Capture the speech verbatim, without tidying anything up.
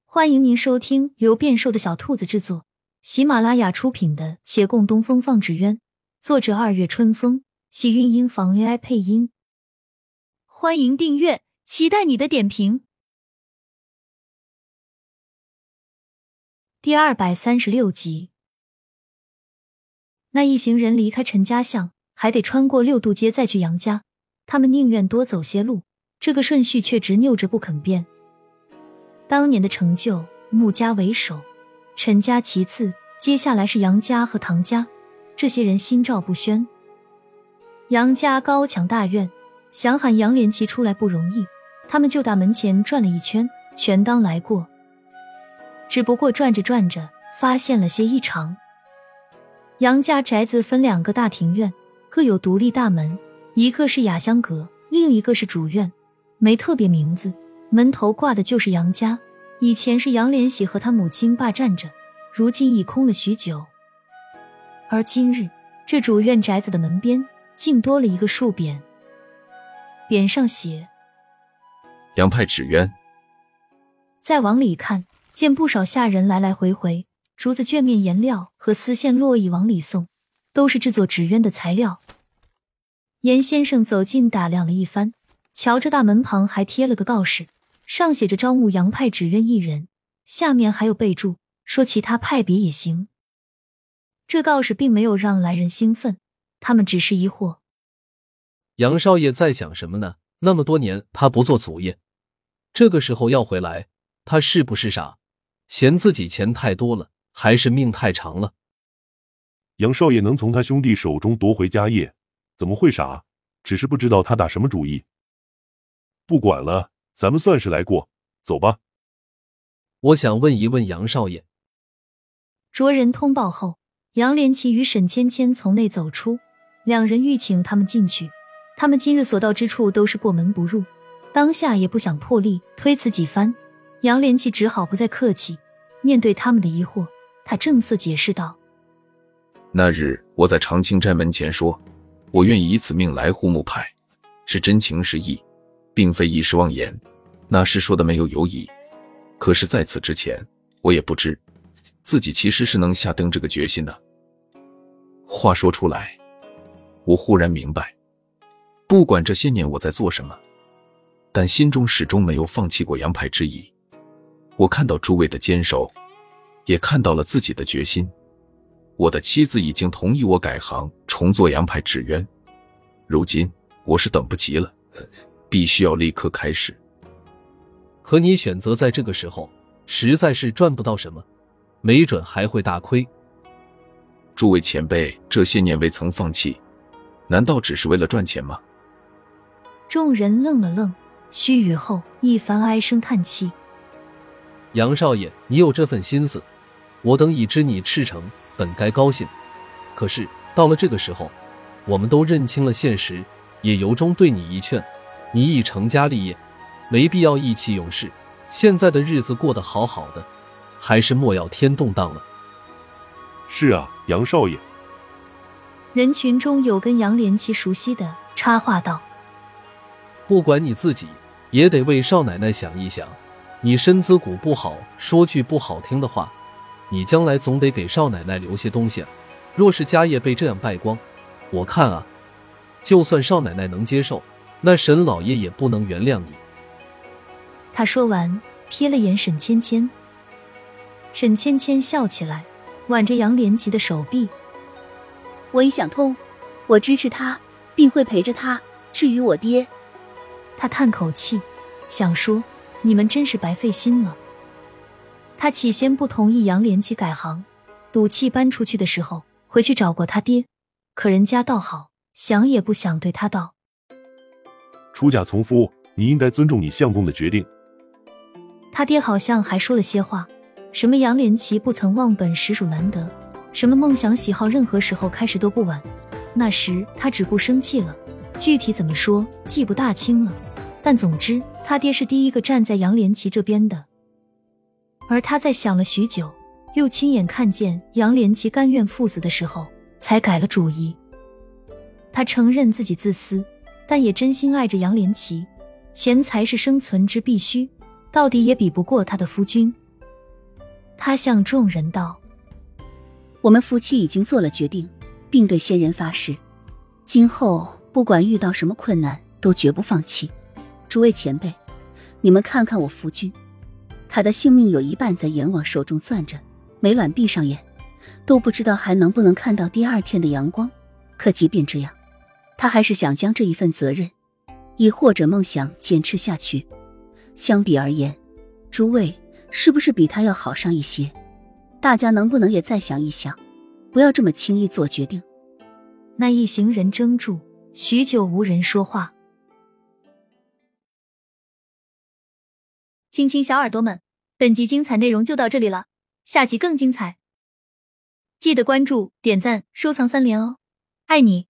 欢迎您收听由变瘦的小兔子制作，喜马拉雅出品的《且共东风放纸鸢》，作者二月春风，喜韵音房 A I 配音。欢迎订阅，期待你的点评。第二百三十六集，那一行人离开陈家巷，还得穿过六渡街再去杨家，他们宁愿多走些路，这个顺序却执拗着不肯变。当年的成就，穆家为首，陈家其次，接下来是杨家和唐家，这些人心照不宣。杨家高墙大院，想喊杨连奇出来不容易，他们就打门前转了一圈，全当来过。只不过转着转着，发现了些异常。杨家宅子分两个大庭院，各有独立大门，一个是雅香阁，另一个是主院，没特别名字，门头挂的就是杨家，以前是杨连喜和他母亲霸占着，如今已空了许久。而今日这主院宅子的门边竟多了一个树匾，匾上写杨派纸鸢。 再往里看，见不少下人来来回回，竹子卷面颜料和丝线络绎往里送，都是制作纸鸢的材料。严先生走近打量了一番，瞧着大门旁还贴了个告示，上写着招募杨派纸鸢一人，下面还有备注说其他派别也行。这告示并没有让来人兴奋，他们只是疑惑。 杨少爷在想什么呢？那么多年他不做祖业，这个时候要回来，他是不是傻？嫌自己钱太多了，还是命太长了？ 杨少爷能从他兄弟手中夺回家业，怎么会傻？只是不知道他打什么主意。不管了，咱们算是来过，走吧。 我想问一问杨少爷。 着人通报后，杨连奇与沈芊芊从内走出，两人欲请他们进去，他们今日所到之处都是过门不入，当下也不想破例推辞几番，杨连奇只好不再客气，面对他们的疑惑，他正色解释道： 那日我在长青斋门前说，我愿以此命来护木派，是真情实意，并非一时妄言，那时说的没有有疑。可是在此之前，我也不知自己其实是能下定这个决心的。话说出来，我忽然明白，不管这些年我在做什么，但心中始终没有放弃过杨派之意。我看到诸位的坚守，也看到了自己的决心。我的妻子已经同意我改行重做杨派纸鸢，如今我是等不及了，必须要立刻开始。 可你选择在这个时候，实在是赚不到什么，没准还会大亏。 诸位前辈这些年未曾放弃，难道只是为了赚钱吗？ 众人愣了愣，须臾后一番唉声叹气。 杨少爷，你有这份心思，我等已知你赤诚，本该高兴。可是到了这个时候，我们都认清了现实，也由衷对你一劝，你已成家立业，没必要意气用事，现在的日子过得好好的，还是莫要添动荡了。 是啊，杨少爷。 人群中有跟杨连奇熟悉的插话道： 不管你自己，也得为少奶奶想一想，你身子骨不好，说句不好听的话，你将来总得给少奶奶留些东西啊。若是家业被这样败光，我看啊，就算少奶奶能接受，那沈老爷也不能原谅你。 他说完，瞥了眼沈芊芊。沈芊芊笑起来，挽着杨连奇的手臂： 我已想通，我支持他，并会陪着他。至于我爹…… 他叹口气，想说：你们真是白费心了。他起先不同意杨连奇改行，赌气搬出去的时候回去找过他爹，可人家倒好，想也不想对他道： 出嫁从夫，你应该尊重你相公的决定。 他爹好像还说了些话，什么杨连奇不曾忘本实属难得，什么梦想喜好任何时候开始都不晚。那时他只顾生气了，具体怎么说记不大清了，但总之他爹是第一个站在杨连奇这边的。而他在想了许久，又亲眼看见杨连奇甘愿赴死的时候，才改了主意。他承认自己自私，但也真心爱着杨连奇，钱财是生存之必须，到底也比不过他的夫君， 他向众人道： 我们夫妻已经做了决定，并对先人发誓，今后不管遇到什么困难都绝不放弃。诸位前辈，你们看看我夫君，他的性命有一半在阎王手中攥着，每晚闭上眼都不知道还能不能看到第二天的阳光。可即便这样，他还是想将这一份责任亦或者梦想坚持下去。相比而言，诸位是不是比他要好上一些？大家能不能也再想一想，不要这么轻易做决定？ 那一行人怔住，许久无人说话。 亲亲小耳朵们，本集精彩内容就到这里了，下集更精彩，记得关注、点赞、收藏三连哦，爱你。